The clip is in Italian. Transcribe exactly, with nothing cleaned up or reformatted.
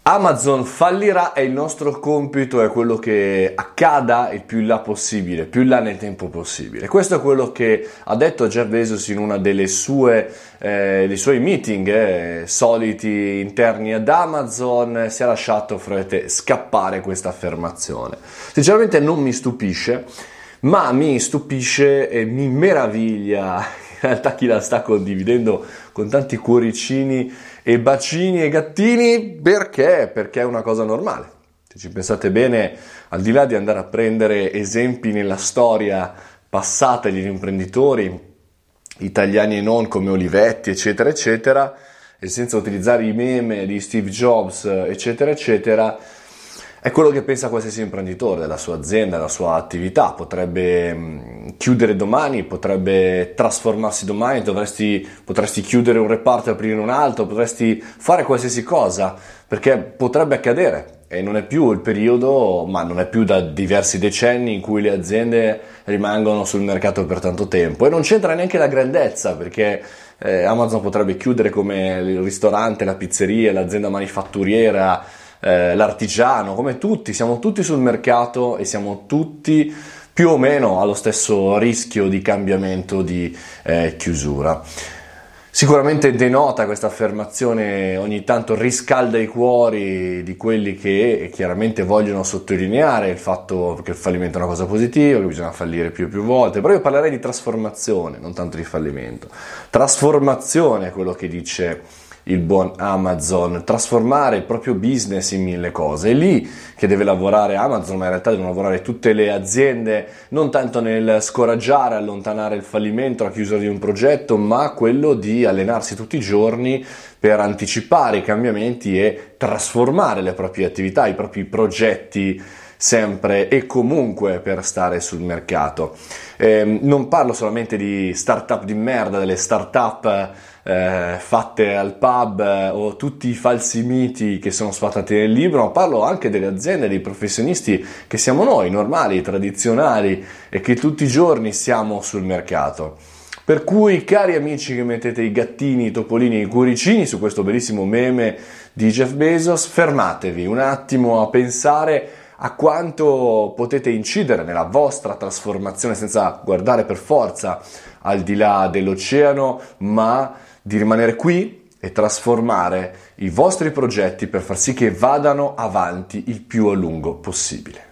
Amazon fallirà e il nostro compito è quello che accada il più in là possibile, più in là nel tempo possibile. Questo è quello che ha detto Jeff Bezos in una delle sue, eh, dei suoi meeting eh, soliti interni ad Amazon. Si è lasciato frate, scappare questa affermazione. Sinceramente non mi stupisce, ma mi stupisce e mi meraviglia in realtà chi la sta condividendo con tanti cuoricini e bacini e gattini. Perché? Perché è una cosa normale. Se ci pensate bene, al di là di andare a prendere esempi nella storia passata degli imprenditori italiani e non come Olivetti eccetera eccetera, e senza utilizzare i meme di Steve Jobs eccetera eccetera, è quello che pensa qualsiasi imprenditore della sua azienda, della sua attività. Potrebbe mh, chiudere domani, potrebbe trasformarsi domani, dovresti, potresti chiudere un reparto e aprire un altro, potresti fare qualsiasi cosa, perché potrebbe accadere. E non è più il periodo, ma non è più da diversi decenni in cui le aziende rimangono sul mercato per tanto tempo. E non c'entra neanche la grandezza, perché eh, Amazon potrebbe chiudere come il ristorante, la pizzeria, l'azienda manifatturiera, Eh, l'artigiano, come tutti, siamo tutti sul mercato e siamo tutti più o meno allo stesso rischio di cambiamento, di eh, chiusura. Sicuramente denota questa affermazione, ogni tanto riscalda i cuori di quelli che chiaramente vogliono sottolineare il fatto che il fallimento è una cosa positiva, che bisogna fallire più e più volte, però io parlerei di trasformazione, non tanto di fallimento. Trasformazione è quello che dice il buon Amazon, trasformare il proprio business in mille cose. È lì che deve lavorare Amazon, ma in realtà devono lavorare tutte le aziende, non tanto nel scoraggiare, allontanare il fallimento, la chiusura di un progetto, ma quello di allenarsi tutti i giorni per anticipare i cambiamenti e trasformare le proprie attività, i propri progetti, sempre e comunque per stare sul mercato. Eh, non parlo solamente di startup di merda, delle startup eh, fatte al pub eh, o tutti i falsi miti che sono sfatati nel libro, ma parlo anche delle aziende, dei professionisti che siamo noi, normali, tradizionali e che tutti i giorni siamo sul mercato. Per cui, cari amici che mettete i gattini, i topolini e i cuoricini su questo bellissimo meme di Jeff Bezos, fermatevi un attimo a pensare a quanto potete incidere nella vostra trasformazione senza guardare per forza al di là dell'oceano, ma di rimanere qui e trasformare i vostri progetti per far sì che vadano avanti il più a lungo possibile.